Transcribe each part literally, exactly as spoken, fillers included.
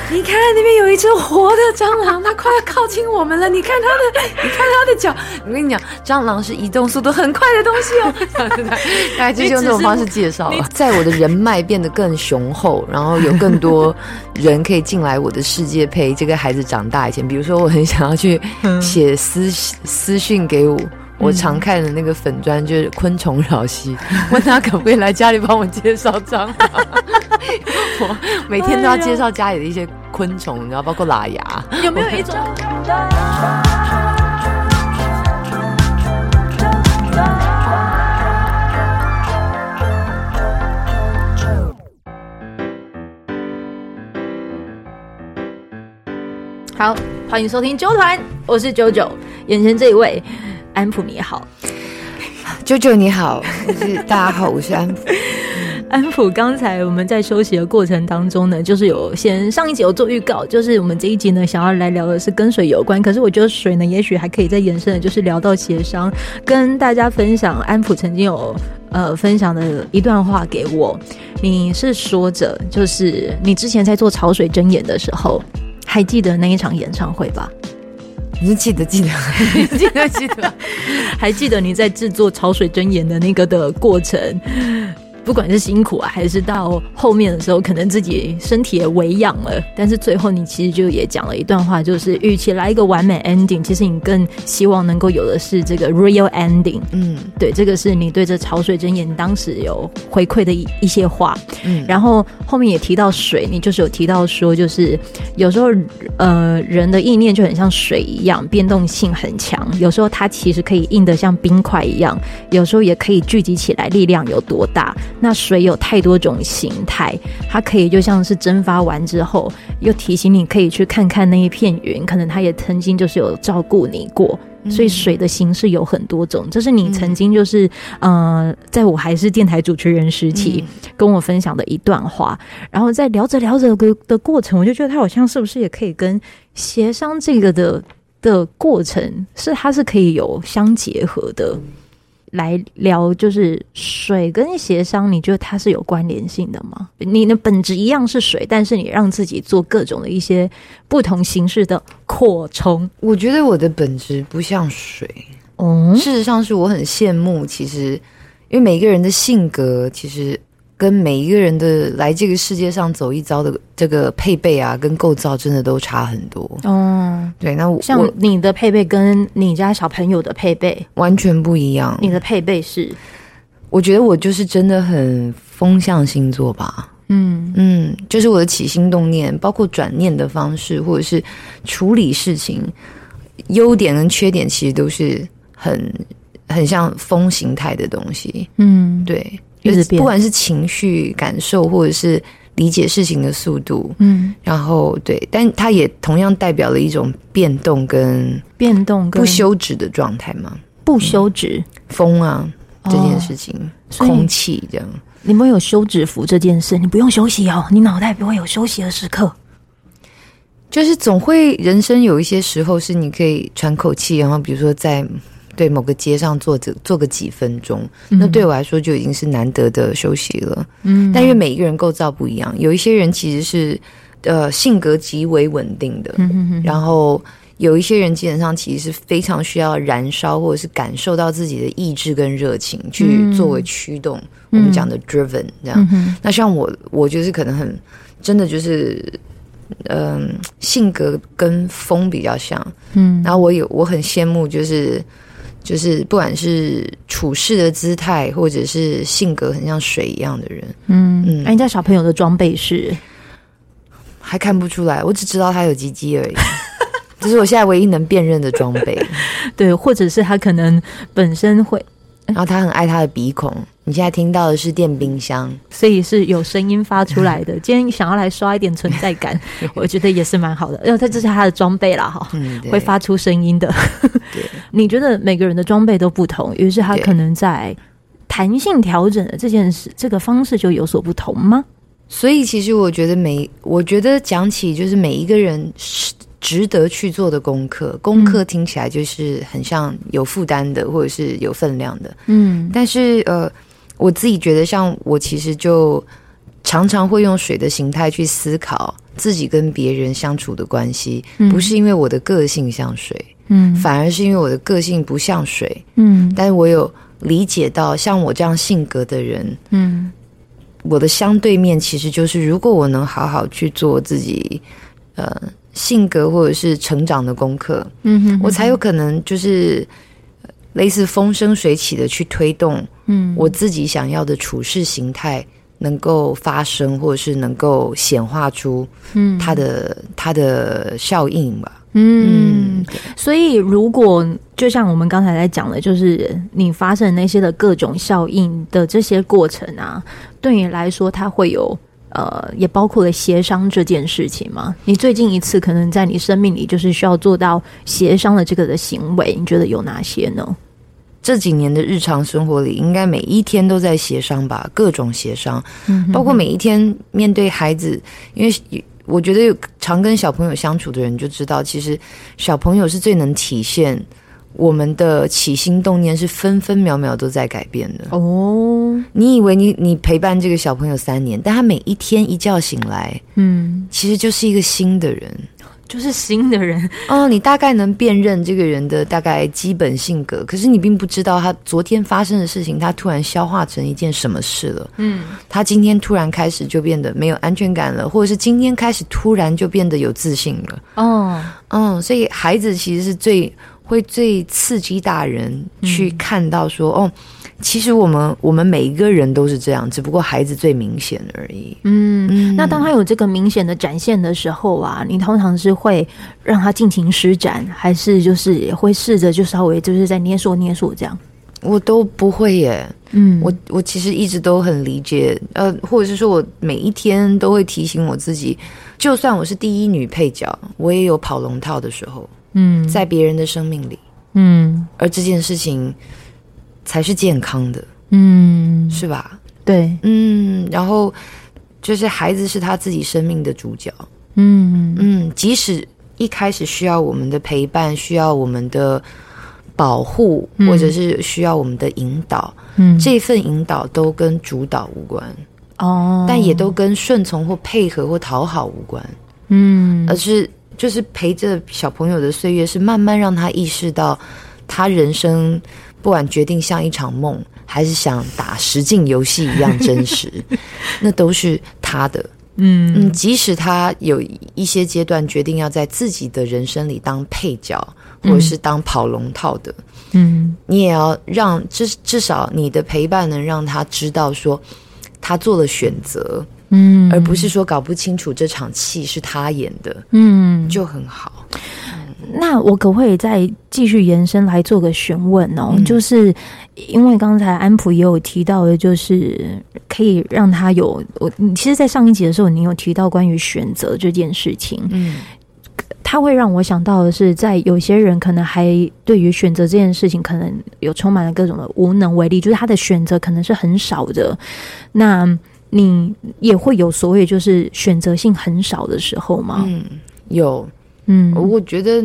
你看那边有一只活的蟑螂，它快要靠近我们了，你看它的你看它的脚。我跟你讲，蟑螂是移动速度很快的东西哦。大概就是用这种方式介绍了。在我的人脉变得更雄厚，然后有更多人可以进来我的世界陪这个孩子长大以前，比如说我很想要去写私私讯给我我常看的那个粉专，就是昆虫扰息，问他可不可以来家里帮我介绍蟑螂。我每天都要介绍家里的一些昆虫，然后包括喇牙。 有没有一种好，欢迎收听啾团，我是九九。眼前这一位安普你好。 九九你好，就是大家好，我是安普。 安普，刚才我们在休息的过程当中呢，就是有先上一集有做预告，就是我们这一集呢想要来聊的是跟水有关，可是我觉得水呢也许还可以再延伸的，就是聊到协商，跟大家分享安普曾经有呃分享的一段话给我。你是说着就是你之前在做潮水针眼的时候，还记得那一场演唱会吧？ 你是记得记得记得记得还记得你在制作潮水针眼的那个的过程，不管是辛苦啊，还是到后面的时候可能自己身体也微恙了，但是最后你其实就也讲了一段话，就是与其来一个完美 ending， 其实你更希望能够有的是这个 real ending。嗯，对，这个是你对这潮水针眼当时有回馈的 一, 一些话。嗯，然后后面也提到水，你就是有提到说，就是有时候呃人的意念就很像水一样，变动性很强，有时候它其实可以硬得像冰块一样，有时候也可以聚集起来，力量有多大。那水有太多种形态，它可以就像是蒸发完之后又提醒你可以去看看那一片云，可能它也曾经就是有照顾你过。所以水的形式有很多种，这是你曾经就是呃，在我还是电台主持人时期跟我分享的一段话。然后在聊着聊着的过程，我就觉得它好像是不是也可以跟协商这个的的过程是它是可以有相结合的。来聊就是水跟协商，你觉得它是有关联性的吗？你的本质一样是水，但是你让自己做各种的一些不同形式的扩充。 我觉得我的本质不像水，嗯，事实上是我很羡慕，其实因为每一个人的性格其实跟每一个人的来这个世界上走一遭的这个配备啊跟构造真的都差很多。哦，对，那我像你的配备跟你家小朋友的配备完全不一样。 你的配备是， 我觉得我就是真的很风象星座吧。嗯嗯，就是我的起心动念，包括转念的方式，或者是处理事情，优点跟缺点其实都是很很像风形态的东西。嗯，对。就是不管是情绪感受或者是理解事情的速度，嗯，然后对，但它也同样代表了一种变动跟变动跟不休止的状态嘛。 不休止、嗯、 风啊、哦、这件事情，空气这样。 你们有休止符这件事，你不用休息哦，你脑袋不会有休息的时刻。 就是总会人生有一些时候是你可以喘口气，然后比如说在对某个街上坐着坐个几分钟，那对我来说就已经是难得的休息了。嗯，但因为每一个人构造不一样，有一些人其实是呃性格极为稳定的，嗯哼哼，然后有一些人基本上其实是非常需要燃烧或者是感受到自己的意志跟热情去作为驱动，嗯，我们讲的 driven 这样。嗯，那像我，我就是可能很真的就是。嗯，性格跟风比较像，嗯，然后我有我很羡慕，就是就是不管是处事的姿态，或者是性格很像水一样的人， 嗯嗯。那，啊，你家小朋友的装备是还看不出来，我只知道他有鸡鸡而已，这是我现在唯一能辨认的装备。 对，或者是他可能本身会。 然后他很爱他的鼻孔，你现在听到的是电冰箱， 所以是有声音发出来的。今天想要来刷一点存在感，我觉得也是蛮好的，因为这是他的装备啦，哈，嗯，会发出声音的。对，你觉得每个人的装备都不同，于是他可能在弹性调整的这件事，这个方式就有所不同吗？ 所以其实我觉得每，我觉得讲起就是每一个人值得去做的功课，功课听起来就是很像有负担的，或者是有分量的，嗯，但是呃，我自己觉得像我其实就常常会用水的形态去思考自己跟别人相处的关系， 嗯、 不是因为我的个性像水，嗯，反而是因为我的个性不像水，嗯，但是我有理解到像我这样性格的人，嗯，我的相对面其实就是如果我能好好去做自己呃性格或者是成长的功课，嗯哼哼，我才有可能就是类似风生水起的去推动嗯我自己想要的处事形态能够发生，或者是能够显化出嗯它的、嗯、它的效应吧。 嗯，所以如果就像我们刚才在讲的，就是你发生那些的各种效应的这些过程啊，对你来说它会有呃，也包括了协商这件事情吗？你最近一次可能在你生命里就是需要做到协商的这个的行为，你觉得有哪些呢？ 这几年的日常生活里，应该每一天都在协商吧，各种协商，嗯，包括每一天面对孩子，因为我觉得常跟小朋友相处的人就知道，其实小朋友是最能体现我们的起心动念是分分秒秒都在改变的哦。你以为你你陪伴这个小朋友三年，但他每一天一觉醒来，嗯，其实就是一个新的人， 就是新的人哦。你大概能辨认这个人的大概基本性格，可是你并不知道他昨天发生的事情，他突然消化成一件什么事了。嗯，他今天突然开始就变得没有安全感了，或者是今天开始突然就变得有自信了。哦，嗯，所以孩子其实是最会最刺激大人去看到说，嗯、哦，其实我们我们每一个人都是这样，只不过孩子最明显而已。嗯， 嗯，那当他有这个明显的展现的时候啊，你通常是会让他尽情施展，还是就是也会试着就稍微就是在捏塑捏塑这样？ 我都不会耶。嗯，我我其实一直都很理解，呃，或者是说我每一天都会提醒我自己，就算我是第一女配角，我也有跑龙套的时候。嗯，在别人的生命里，嗯，而这件事情才是健康的，嗯，是吧？ 对， 嗯，然后就是孩子是他自己生命的主角，嗯嗯，即使一开始需要我们的陪伴，需要我们的保护，嗯、或者是需要我们的引导，嗯，这份引导都跟主导无关哦，但也都跟顺从或配合或讨好无关，嗯，而是。就是陪着小朋友的岁月，是慢慢让他意识到，他人生不管决定像一场梦，还是想打实境游戏一样真实，那都是他的。嗯嗯，即使他有一些阶段决定要在自己的人生里当配角，或者是当跑龙套的，嗯，你也要让至至少你的陪伴能让他知道说，他做了选择。嗯，而不是说搞不清楚这场戏是他演的，嗯，就很好。 那我可不可以再继续延伸来做个询问哦？嗯、就是因为刚才安普也有提到的，就是可以让他有我，其实，在上一集的时候，你有提到关于选择这件事情，嗯。它会让我想到的是，在有些人可能还对于选择这件事情，可能有充满了各种的无能为力，就是他的选择可能是很少的。那你也会有所谓就是选择性很少的时候吗？ 嗯，有。嗯，我觉得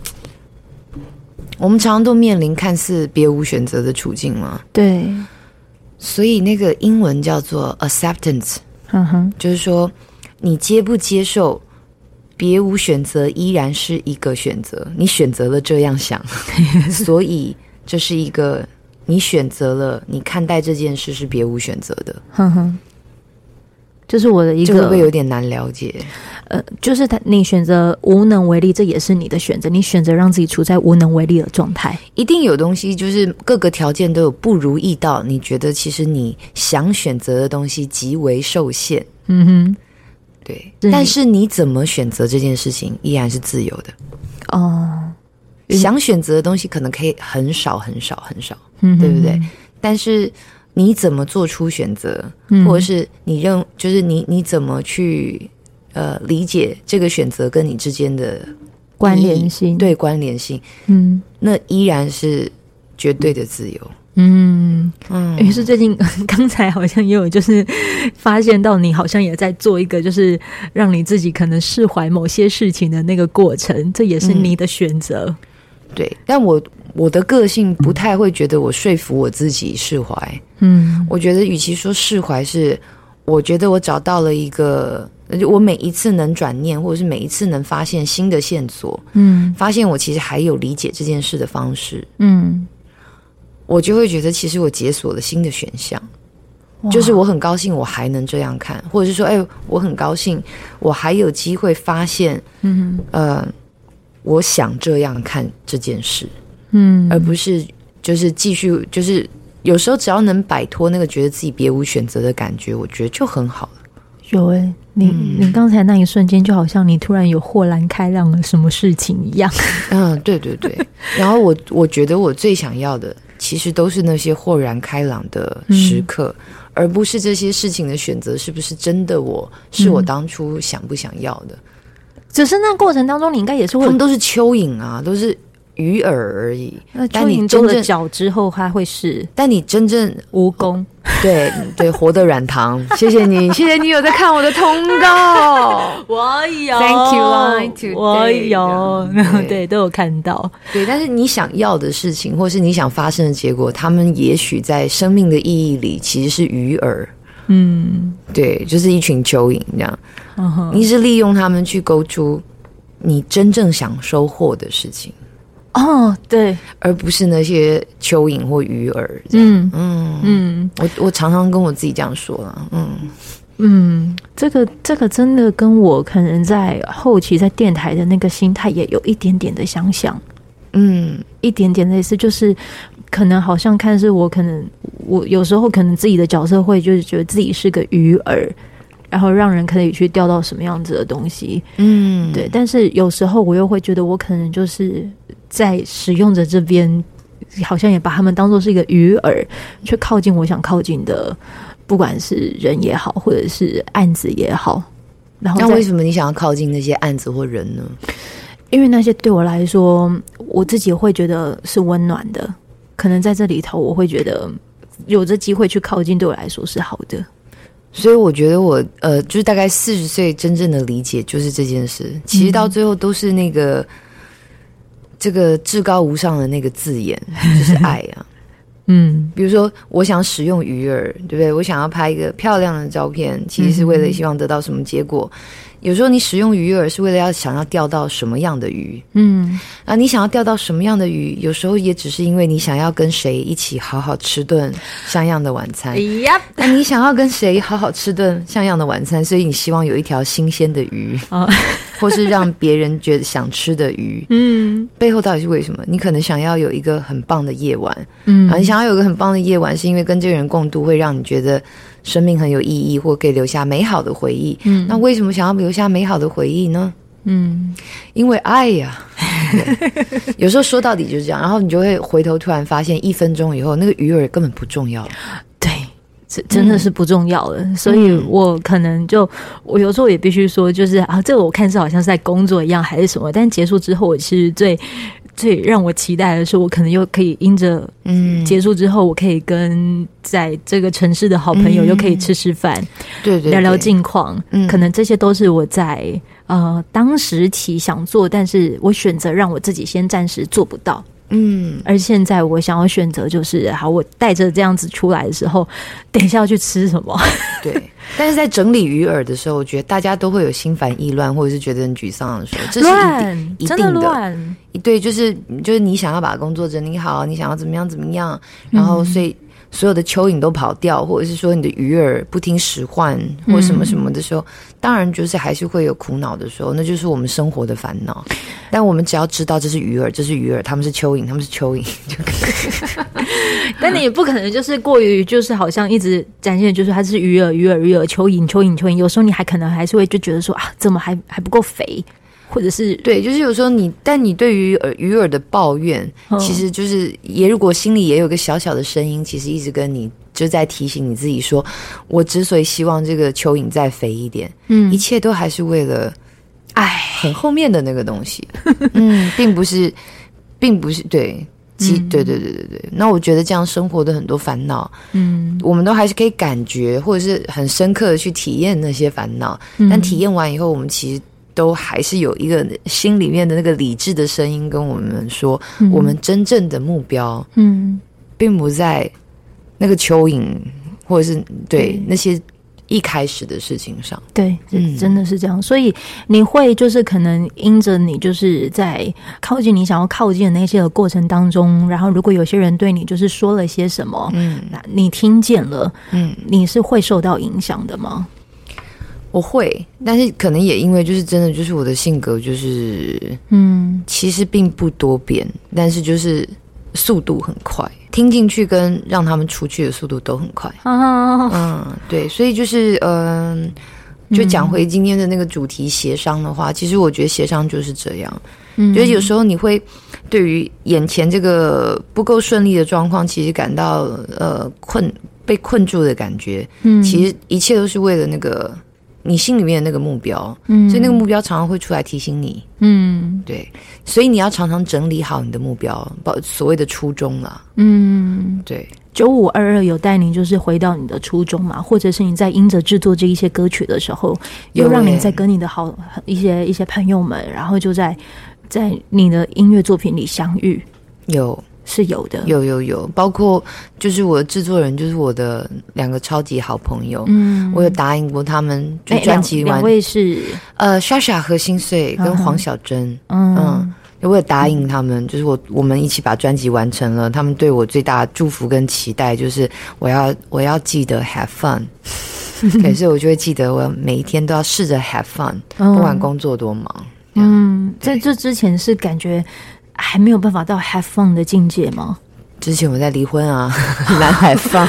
我们常常都面临看似别无选择的处境嘛。 对， 所以那个英文叫做 acceptance， 嗯哼，就是说你接不接受别无选择依然是一个选择，你选择了这样想所以这是一个你选择了，你看待这件事是别无选择的。哼哼， 这是我的一个， 这会不会有点难了解？ 呃，就是他，你选择无能为力，这也是你的选择。你选择让自己处在无能为力的状态， 一定有东西，就是各个条件都有不如意到，你觉得其实你想选择的东西极为受限。嗯哼，对。但是你怎么选择这件事情，依然是自由的。哦，想选择的东西可能可以很少很少很少，嗯、对不对？但是你怎么做出选择，嗯、或者是你认，就是你你怎么去呃理解这个选择跟你之间的关联性， 对关联性，嗯，那依然是绝对的自由。嗯嗯，于是最近刚才好像也有就是发现到你好像也在做一个就是让你自己可能释怀某些事情的那个过程，这也是你的选择。嗯、 对，但我我的个性不太会觉得我说服我自己释怀。嗯，我觉得与其说释怀，是我觉得我找到了一个，我每一次能转念，或者是每一次能发现新的线索，嗯，发现我其实还有理解这件事的方式，嗯，我就会觉得其实我解锁了新的选项，就是我很高兴我还能这样看，或者是说，哎，我很高兴我还有机会发现，嗯，呃，我想这样看这件事，嗯，而不是就是继续就是。有时候只要能摆脱那个觉得自己别无选择的感觉，我觉得就很好了。 有诶、欸，你、嗯、你刚才那一瞬间就好像你突然有豁然开朗了什么事情一样。 嗯，对对对。然后我我觉得我最想要的，其实都是那些豁然开朗的时刻，嗯、而不是这些事情的选择是不是真的我是我当初想不想要的。 嗯、只是那过程当中，你应该也是会， 他们都是蚯蚓啊，都是。鱼饵而已。 那蚯蚓做了脚之后，它会是？ 但你真正蜈蚣， 对对，活的软糖。谢谢你，谢谢你有在看我的通告。 我有 ，Thank you line today， 我有，对, 对，都有看到。 对，但是你想要的事情，或是你想发生的结果，他们也许在生命的意义里其实是鱼饵。嗯，对，就是一群蚯蚓这样。Uh-huh. 你是利用他们去勾出你真正想收获的事情。 哦，对， 而不是那些蚯蚓或鱼饵这样。嗯嗯嗯，我我常常跟我自己这样说了。嗯嗯，这个这个真的跟我可能在后期在电台的那个心态也有一点点的相像。嗯，一点点类似，就是可能好像看是我可能我有时候可能自己的角色会就是觉得自己是个鱼饵。然后让人可以去钓到什么样子的东西，嗯，对。但是有时候我又会觉得，我可能就是在使用者这边，好像也把他们当作是一个鱼饵，去靠近我想靠近的，不管是人也好，或者是案子也好。然后， 那为什么你想要靠近那些案子或人呢？ 因为那些对我来说，我自己会觉得是温暖的。可能在这里头，我会觉得有这机会去靠近，对我来说是好的。 所以我觉得我呃，就是大概四十岁真正的理解就是这件事，其实到最后都是那个、嗯、这个至高无上的那个字眼，就是爱啊。嗯，比如说我想使用鱼饵，对不对？我想要拍一个漂亮的照片，其实是为了希望得到什么结果。嗯，有时候你使用鱼饵是为了要想要钓到什么样的鱼，嗯，啊，你想要钓到什么样的鱼，有时候也只是因为你想要跟谁一起好好吃顿像样的晚餐。Yep. 那你想要跟谁好好吃顿像样的晚餐，所以你希望有一条新鲜的鱼，哦，或是让别人觉得想吃的鱼。嗯，背后到底是为什么？你可能想要有一个很棒的夜晚，嗯，啊，你想要有一个很棒的夜晚，是因为跟这个人共度会让你觉得生命很有意义，或可以留下美好的回忆。嗯，那为什么想要留下美好的回忆呢？嗯，因为爱呀。有时候说到底就是这样，然后你就会回头突然发现，一分钟以后那个鱼饵根本不重要。 对，真的是不重要了。嗯，所以我可能就我有时候也必须说，就是啊，这个我看是好像是在工作一样还是什么，但结束之后，我其实最最让我期待的是，我可能又可以因着嗯结束之后，我可以跟在这个城市的好朋友又可以吃吃饭，对对，聊聊近况。嗯，可能这些都是我在呃当时起想做，但是我选择让我自己先暂时做不到。嗯，而现在我想要选择就是好，我带着这样子出来的时候，等一下要去吃什么？ 对，但是在整理鱼饵的时候，我觉得大家都会有心烦意乱，或者是觉得很沮丧的时候，这是一定真的乱。 对，就是就是你想要把工作整理好，你想要怎么样怎么样，然后所以所有的蚯蚓都跑掉，或者是说你的鱼饵不听使唤或什么什么的时候，嗯，当然就是还是会有苦恼的时候，那就是我们生活的烦恼。但我们只要知道这是鱼饵，这是鱼饵，他们是蚯蚓，他们是蚯蚓就可以。 但你也不可能就是过于就是好像一直展现就是它是鱼饵鱼饵鱼饵蚯蚓蚯蚓蚯蚓，有时候你还可能还是会就觉得说啊，怎么还还不够肥。或者是对，就是有时候你，但你对于鱼饵的抱怨，嗯，其实就是也如果心里也有个小小的声音，其实一直跟你就在提醒你自己说，我之所以希望这个蚯蚓再肥一点，嗯，一切都还是为了爱很后面的那个东西，嗯，并不是，并不是对。嗯，对对对对对，那我觉得这样生活的很多烦恼，嗯，我们都还是可以感觉或者是很深刻的去体验那些烦恼，嗯，但体验完以后，我们其实都还是有一个心里面的那个理智的声音跟我们说，嗯，我们真正的目标，嗯，并不在那个蚯蚓或者是对那些一开始的事情上。 对，嗯，真的是这样。所以你会就是可能因着你就是在靠近你想要靠近的那些的过程当中，然后如果有些人对你就是说了些什么，嗯，你听见了，嗯，你是会受到影响的吗？ 我会，但是可能也因为就是真的就是我的性格就是嗯，其实并不多变，但是就是速度很快，听进去跟让他们出去的速度都很快。哦、嗯，对，所以就是嗯、呃，就讲回今天的那个主题协商的话，嗯、其实我觉得协商就是这样，嗯，就是有时候你会对于眼前这个不够顺利的状况，其实感到呃困被困住的感觉，嗯，其实一切都是为了那个。你心里面的那个目标，嗯，所以那个目标常常会出来提醒你，嗯，对，所以你要常常整理好你的目标，所谓的初衷啦，嗯，对。 九五二二有带你就是回到你的初衷嘛，或者是你在因着制作这一些歌曲的时候，又让你在跟你的好一些一些朋友们，然后就在在你的音乐作品里相遇， 有。 是有的， 有有有，包括就是我的制作人，就是我的两个超级好朋友，嗯，我有答应过他们，就专辑完， 两位是呃莎莎和心碎跟黄小珍，嗯嗯，我有答应他们，就是我我们一起把专辑完成了，他们对我最大的祝福跟期待就是我要我要记得 have fun， 可是我就会记得我每一天都要试着 have fun，嗯、不管工作多忙， 嗯，在这之前是感觉。还没有办法到 have fun 的境界吗？ 之前我在离婚啊，难 have fun。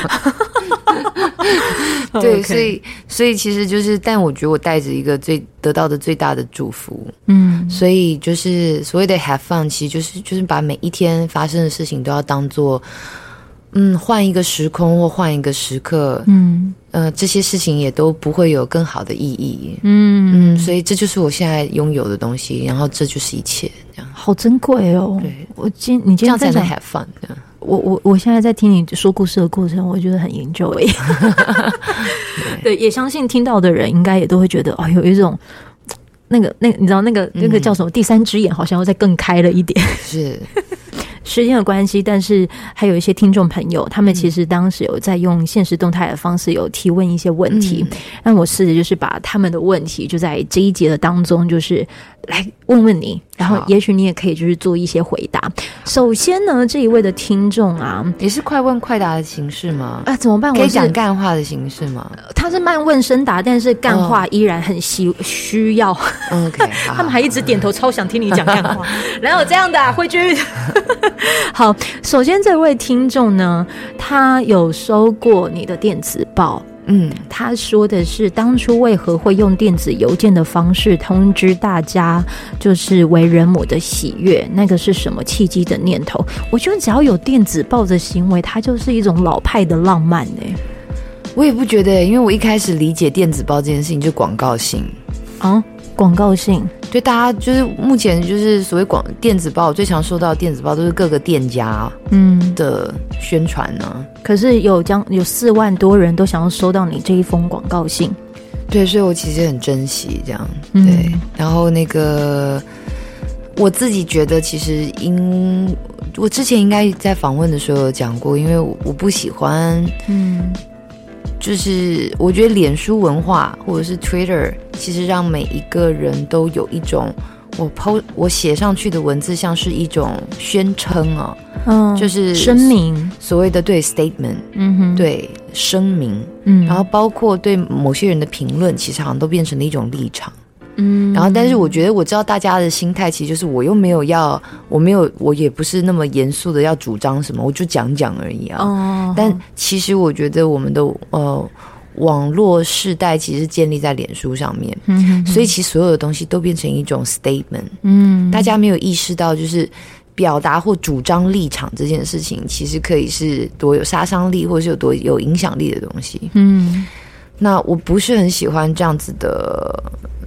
对， okay. 所以所以其实就是，但我觉得我带着一个最得到的最大的祝福，嗯，所以就是所谓的 have fun， 其实就是就是把每一天发生的事情都要当做，嗯，换一个时空或换一个时刻，嗯，呃，这些事情也都不会有更好的意义，嗯嗯，所以这就是我现在拥有的东西，然后这就是一切。 好珍贵哦！对，我今你今天在讲 have fun， 我我我现在在听你说故事的过程，我觉得很 enjoy。对，也相信听到的人应该也都会觉得哦，有一种那个那个，你知道那个那个叫什么、嗯、第三只眼，好像要再更开了一点。 是。 时间的关系，但是还有一些听众朋友，他们其实当时有在用限时动态的方式有提问一些问题，嗯、让我试着就是把他们的问题就在这一节的当中，就是来问问你，然后也许你也可以就是做一些回答。首先呢，这一位的听众啊， 也是快问快答的形式吗？ 啊，怎么办？ 可以讲干话的形式吗？ 他是慢问深答，但是干话依然很需需要。 哦、OK， 他们还一直点头，超想听你讲干话。然后这样的啊，慧君。好，首先这位听众呢，他有收过你的电子报。嗯，他说的是当初为何会用电子邮件的方式通知大家，就是为人母的喜悦，那个是什么契机的念头？我觉得只要有电子报的行为，它就是一种老派的浪漫欸。 我也不觉得，因为我一开始理解电子报这件事情就广告性啊，广告性。 对，大家就是目前就是所谓广电子报最常收到的电子报都是各个店家嗯的宣传呢、啊。 可是有将有四万多人都想要收到你这一封广告信， 对，所以我其实很珍惜这样。对，嗯、然后那个我自己觉得，其实因我之前应该在访问的时候有讲过，因为我我不喜欢嗯。就是我觉得脸书文化或者是 Twitter 其实让每一个人都有一种我 po 我写上去的文字像是一种宣称哦，嗯，就是声明， 所谓的对 statement， 嗯哼，对声明，嗯，然后包括对某些人的评论，其实好像都变成了一种立场。嗯，然后但是我觉得我知道大家的心态其实就是我又没有要我没有我也不是那么严肃的要主张什么，我就讲讲而已啊。哦，但其实我觉得我们的呃网络世代其实是建立在脸书上面，嗯哼哼，所以其实所有的东西都变成一种 statement。嗯，大家没有意识到就是表达或主张立场这件事情其实可以是多有杀伤力或是有多有影响力的东西。嗯，那我不是很喜欢这样子的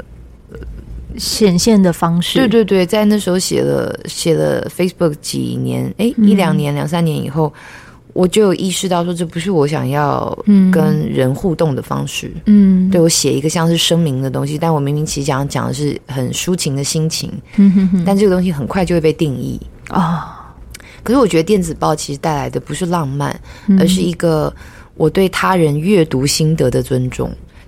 显现的方式。 对对对，在那时候写了写了 Facebook 几年，哎，一两年两三年以后，我就有意识到说这不是我想要跟人互动的方式。嗯，对，我写一个像是声明的东西，但我明明其实讲讲的是很抒情的心情，嗯哼哼，但这个东西很快就会被定义啊。哦，可是我觉得电子报其实带来的不是浪漫，嗯，而是一个我对他人阅读心得的尊重。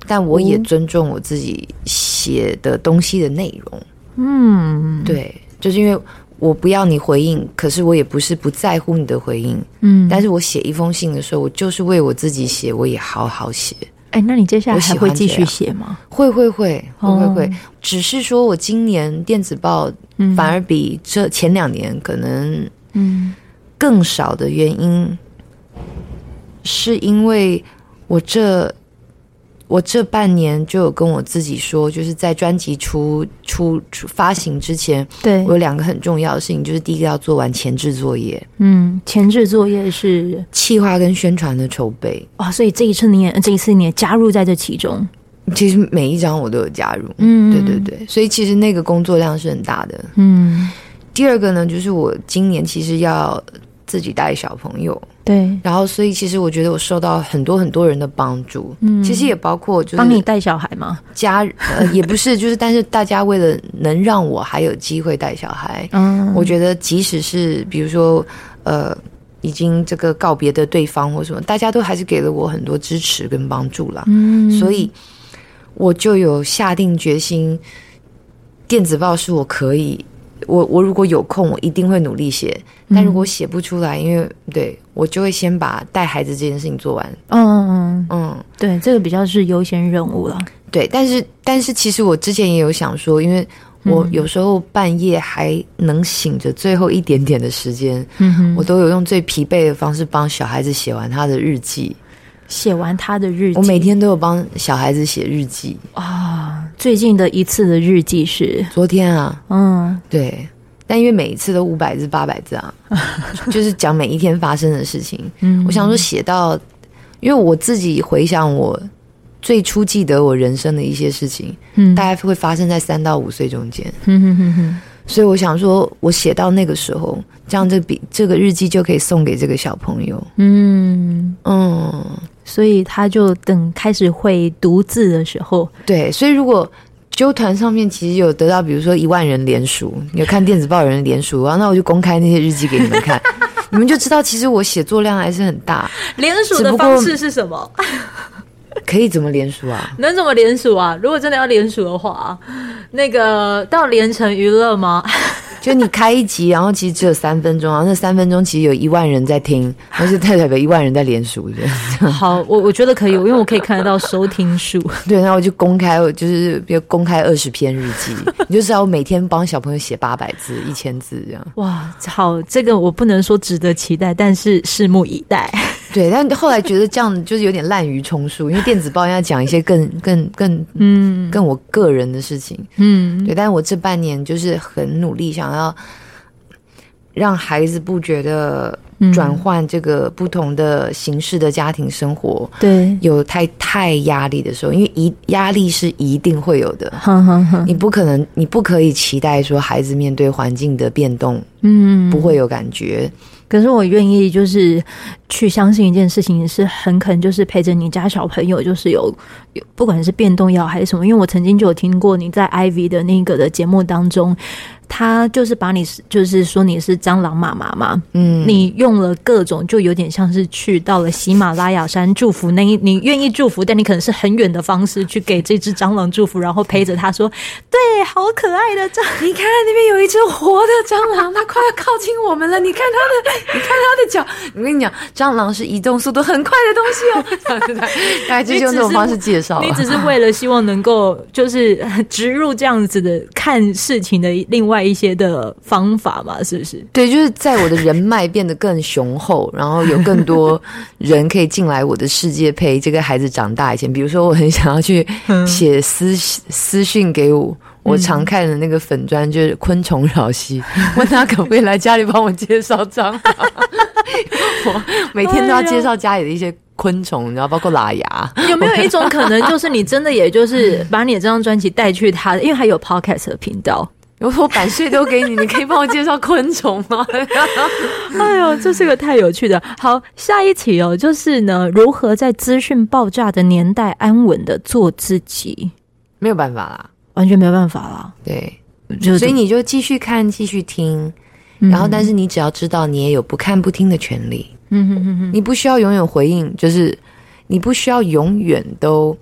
但我也尊重我自己写的东西的内容。嗯，对，就是因为我不要你回应，可是我也不是不在乎你的回应。嗯，但是我写一封信的时候，我就是为我自己写，我也好好写。 哎，那你接下来还会继续写吗？ 会会会会会会，只是说我今年电子报反而比这前两年可能嗯更少的原因，是因为我这我这半年就有跟我自己说，就是在专辑出出出发行之前，对我有两个很重要的事情，就是第一个要做完前置作业。嗯， 前置作业是企划跟宣传的筹备。 哇，所以这一次你也这一次你也加入在这其中。 其实每一张我都有加入。嗯，对对对，所以其实那个工作量是很大的。嗯，第二个呢，就是我今年其实要自己带小朋友。对，然后所以其实我觉得我受到很多很多人的帮助，嗯，其实也包括就是帮你带小孩吗？ 家呃也不是，就是但是大家为了能让我还有机会带小孩，嗯，我觉得即使是比如说呃已经这个告别的对方或什么，大家都还是给了我很多支持跟帮助啦，嗯，所以我就有下定决心，电子报是我可以。我我如果有空，我一定会努力写。但如果写不出来，因为对我就会先把带孩子这件事情做完。嗯嗯嗯嗯，对，这个比较是优先任务了。 对，但是但是其实我之前也有想说，因为我有时候半夜还能醒着最后一点点的时间，嗯，我都有用最疲惫的方式帮小孩子写完他的日记。 写完他的日记， 我每天都有帮小孩子写日记啊。最近的一次的日记是昨天啊，嗯，对。但因为每一次都五百字、八百字啊，就是讲每一天发生的事情。嗯，我想说写到，因为我自己回想我最初记得我人生的一些事情，嗯，大概会发生在三到五岁中间。嗯哼哼哼。所以我想说，我写到那个时候，这样这笔这个日记就可以送给这个小朋友。嗯嗯，所以他就等开始会读字的时候， 对，所以如果纠团上面其实有得到，比如说一万人连署，有看电子报有人连署，然后那我就公开那些日记给你们看，你们就知道其实我写作量还是很大。 连署的方式是什么？ 可以怎么连署啊？ 能怎么连署啊？如果真的要连署的话，那个到连城娱乐吗？ 就你开一集，然后其实只有三分钟，然后那三分钟其实有一万人在听，而且代表一万人在连署的。 好，我我觉得可以，因为我可以看得到收听数。 对，然后我就公开，就是比如公开二十篇日记，你就知道我每天帮小朋友写八百字、一千字这样。 哇，好，这个我不能说值得期待，但是拭目以待。 对，但后来觉得这样就是有点滥竽充数，因为电子报要讲一些更更更嗯更我个人的事情，嗯，对。但是我这半年就是很努力，想要让孩子不觉得转换这个不同的形式的家庭生活，对，有太太压力的时候，因为一压力是一定会有的，哼哼哼，你不可能，你不可以期待说孩子面对环境的变动，嗯，不会有感觉。 可是我愿意就是去相信一件事情，是很可能就是陪着你家小朋友，就是有有不管是变动也好还是什么，因为我曾经就有听过你在 Ivy 的那个的节目当中，他就是把你就是说你是蟑螂妈妈嘛，嗯，你用了各种就有点像是去到了喜马拉雅山祝福，那你愿意祝福，但你可能是很远的方式去给这只蟑螂祝福，然后陪着他说，对，好可爱的蟑螂， 你看那边有一只活的蟑螂，它快要靠近我们了，你看它的。你看他的脚，我跟你讲，蟑螂是移动速度很快的东西哦。大概就是用这种方式介绍。 你只是为了希望能够就是植入这样子的看事情的另外一些的方法嘛，是不是？ 对，就是在我的人脉变得更雄厚，然后有更多人可以进来我的世界，陪这个孩子长大以前。比如说，我很想要去写私私讯给我。我常看的那个粉专就是昆虫扰息，问他可不可以来家里帮我介绍蟑螂。我每天都要介绍家里的一些昆虫，然后包括喇牙。 有没有一种可能，就是你真的也就是把你的这张专辑带去他的，因为还有 podcast 的频道。 我说版税都给你，你可以帮我介绍昆虫吗？ 哎呦，这是个太有趣的。好，下一题哦，就是呢，如何在资讯爆炸的年代安稳的做自己？ 没有办法啦。 完全没有办法了， 对，所以你就继续看，继续听，嗯、然后但是你只要知道，你也有不看不听的权利。嗯哼哼哼，你不需要永远回应，就是你不需要永远都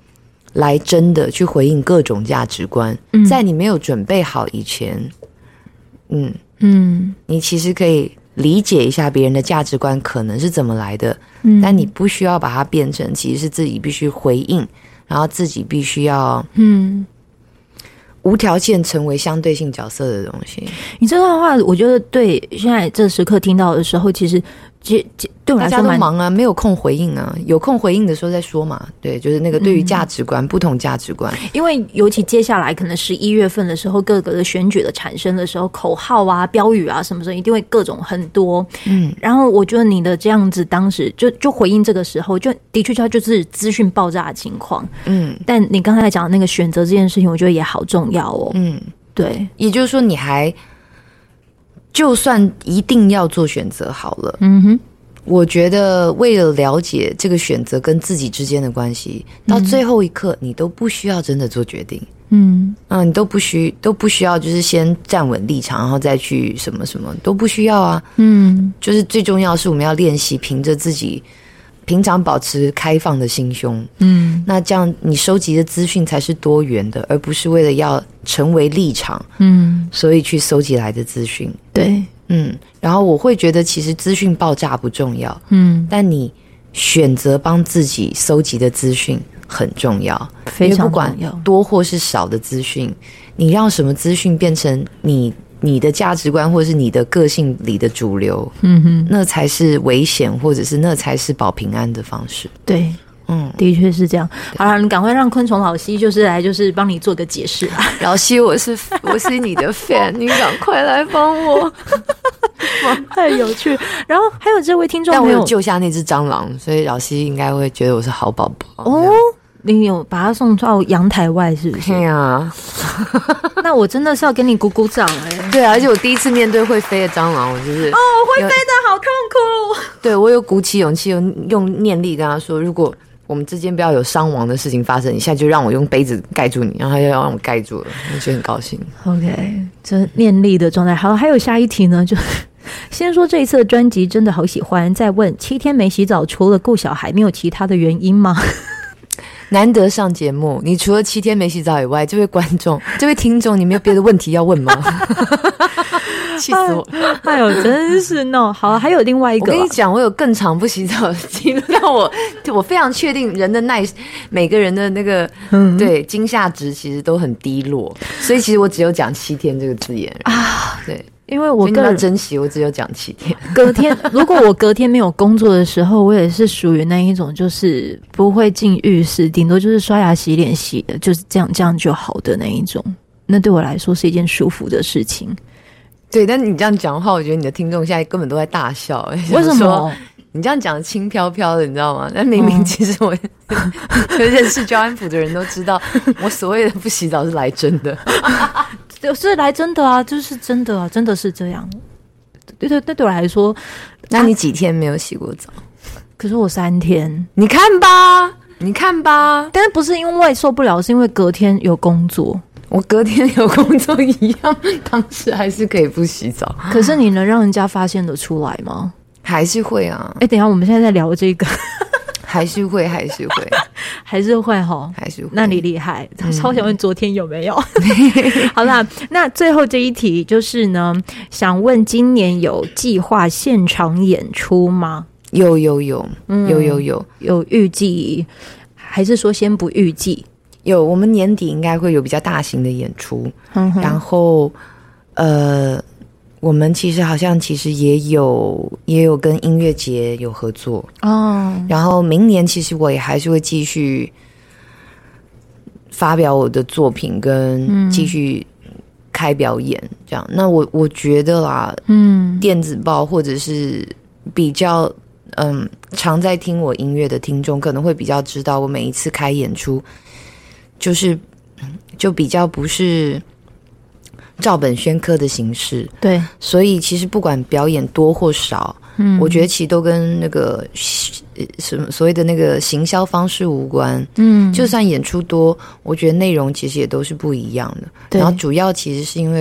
来真的去回应各种价值观， 嗯， 在你没有准备好以前，嗯嗯， 你其实可以理解一下别人的价值观可能是怎么来的， 嗯， 但你不需要把它变成其实是自己必须回应，然后自己必须要嗯无条件成为相对性角色的东西。 你这段话我觉得对现在这时刻听到的时候，其实其对我来说大家都忙啊，没有空回应啊，有空回应的时候再说嘛。对，就是那个对于价值观、嗯、不同价值观， 因为尤其接下来可能十一月份的时候，各个的选举的产生的时候，口号啊、标语啊什么时候一定会各种很多。嗯，然后我觉得你的这样子，当时就就回应这个时候，就的确它就是资讯爆炸的情况。嗯，但你刚才讲的那个选择这件事情，我觉得也好重要哦。嗯，对， 也就是说，你还就算一定要做选择好了，嗯哼。我觉得为了了解这个选择跟自己之间的关系，到最后一刻你都不需要真的做决定。嗯嗯，你都不需都不需要就是先站稳立场，然后再去什么什么都不需要啊。嗯，就是最重要的是我们要练习凭着自己平常保持开放的心胸。嗯，那这样你收集的资讯才是多元的，而不是为了要成为立场，嗯，所以去收集来的资讯。 对。 嗯，然后我会觉得其实资讯爆炸不重要，嗯，但你选择帮自己搜集的资讯很重要， 非常重要。 不管多或是少的资讯，你让什么资讯变成你你的价值观或是你的个性里的主流，嗯哼，那才是危险，或者是那才是保平安的方式。 对。嗯，的确是这样。好了，你赶快让昆虫老西就是来，就是帮你做个解释啦。 老西，我是我是你的 fan， 你赶快来帮我， 太有趣。然后还有这位听众朋友， 但我有救下那只蟑螂，所以老西应该会觉得我是好宝宝哦。你有把它送到阳台外是不是？ 对啊。 那我真的是要给你鼓鼓掌哎、欸。 对啊，而且我第一次面对会飞的蟑螂，我就是哦，会飞的好痛苦。 对，我有鼓起勇气，用用念力跟他说，如果我们之间不要有伤亡的事情发生，你现在就让我用杯子盖住你，然后他就让我盖住了，我觉得很高兴。 OK， 这念力的状态。好，还有下一题呢，就先说这一次的专辑真的好喜欢。再问，七天没洗澡，除了顾小孩，没有其他的原因吗？ 难得上节目，你除了七天没洗澡以外，这位观众、这位听众，你没有别的问题要问吗？气死我！ 哎呦，真是no。好，还有另外一个、啊， 我跟你讲，我有更长不洗澡的记录，让我我非常确定人的耐，每个人的那个、嗯、对惊吓值其实都很低落，所以其实我只有讲七天这个字眼啊，对。 因为我个人要珍惜，我只有讲七天。 隔天，如果我隔天没有工作的时候，我也是属于那一种，就是不会进浴室，顶多就是刷牙、洗脸、洗的，就是这样这样就好的那一种。那对我来说是一件舒服的事情。 对，但你这样讲的话，我觉得你的听众现在根本都在大笑、欸。 为什么？ 你这样讲轻飘飘的，你知道吗？但明明其实我、嗯、就认识交安府的人都知道，我所谓的不洗澡是来真的。 是来真的啊，就是真的啊，真的是这样。对对对，对我来说， 那你几天没有洗过澡？ 可是我三天， 你看吧，你看吧。 但是不是因为受不了，是因为隔天有工作。 我隔天有工作一样，当时还是可以不洗澡。 可是你能让人家发现得出来吗？ 还是会啊。 哎、欸，等一下，我们现在在聊这个。 还是会，还是会， 还是会齁， 还是会。 那你厉害，超想问昨天有没有？好啦，那最后这一题就是呢，想问今年有计划现场演出吗？ 有有有，嗯、有有有有预计，还是说先不预计？ 有，我们年底应该会有比较大型的演出，嗯、然后呃。我们其实好像其实也有也有跟音乐节有合作哦，然后明年其实我也还是会继续发表我的作品跟继续开表演这样。嗯、那我我觉得啦，嗯，电子报或者是比较嗯常在听我音乐的听众可能会比较知道，我每一次开演出就是就比较不是照本宣科的形式， 对， 所以其实不管表演多或少，嗯，我觉得其实都跟那个什么所谓的那个行销方式无关，嗯，就算演出多，我觉得内容其实也都是不一样的。然后主要其实是因为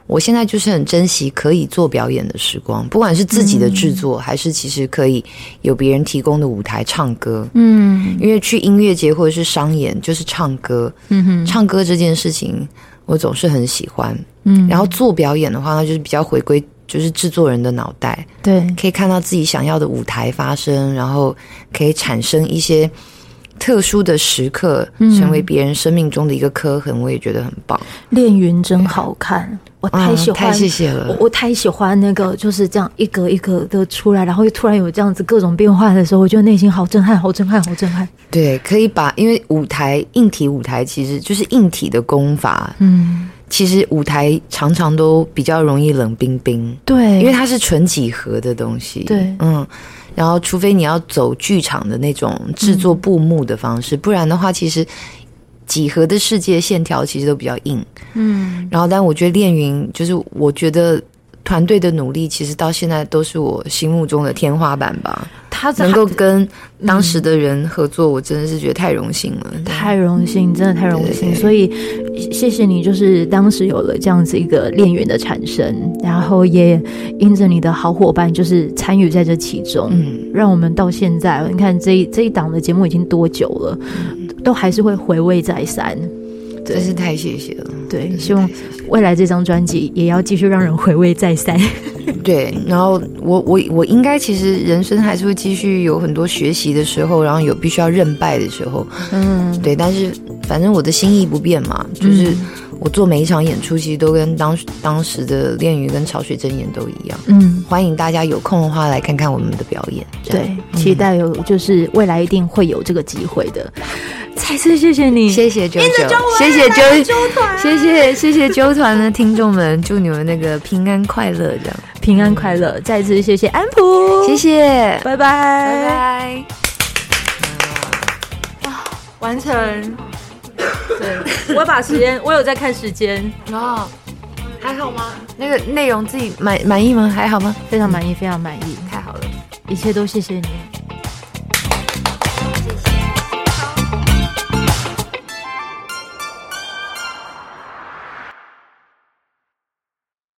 我现在就是很珍惜可以做表演的时光，不管是自己的制作，嗯、还是其实可以有别人提供的舞台唱歌。嗯，因为去音乐节或者是商演就是唱歌，嗯哼，唱歌这件事情我总是很喜欢。嗯，然后做表演的话，那就是比较回归就是制作人的脑袋， 对， 可以看到自己想要的舞台发生，然后可以产生一些特殊的时刻，成为别人生命中的一个刻痕，我也觉得很棒。 练云真好看，我太喜欢， 嗯、太谢谢了， 我我太喜欢那个就是这样一格一格的出来，然后又突然有这样子各种变化的时候，我觉得内心好震撼，好震撼，好震撼。 对，可以把因为舞台硬体舞台其实就是硬体的功法，嗯。其实舞台常常都比较容易冷冰冰， 对， 因为它是纯几何的东西， 对， 嗯，然后除非你要走剧场的那种制作布幕的方式，嗯、不然的话，其实几何的世界线条其实都比较硬，嗯，然后但我觉得练云就是我觉得团队的努力，其实到现在都是我心目中的天花板吧。他能够跟当时的人合作，嗯、我真的是觉得太荣幸了， 太荣幸，真的太荣幸。所以谢谢你，就是当时有了这样子一个练云的产生，然后也因着你的好伙伴，就是参与在这其中，嗯，让我们到现在，你看这一这一档的节目已经多久了，嗯、都还是会回味再三。 真是太谢谢了， 对，希望未来这张专辑也要继续让人回味再三。 对，然后我我我应该其实人生还是会继续有很多学习的时候，然后有必须要认败的时候，嗯，对，但是反正我的心意不变嘛，就是我做每一场演出，其实都跟当当时的练云跟潮水真言都一样，嗯，欢迎大家有空的话来看看我们的表演， 对，期待有就是未来一定会有这个机会的。再次谢谢你， 谢谢啾啾，谢谢啾团，谢谢谢谢啾团的听众们，祝你们那个平安快乐，这样平安快乐。再次谢谢安普， 谢谢， 拜拜拜拜。 啊，完成。对，我有把时间，我有在看时间。 哦，还好吗？那个内容自己满满意吗？还好吗？ 非常满意，非常满意， 太好了， 一切都谢谢你。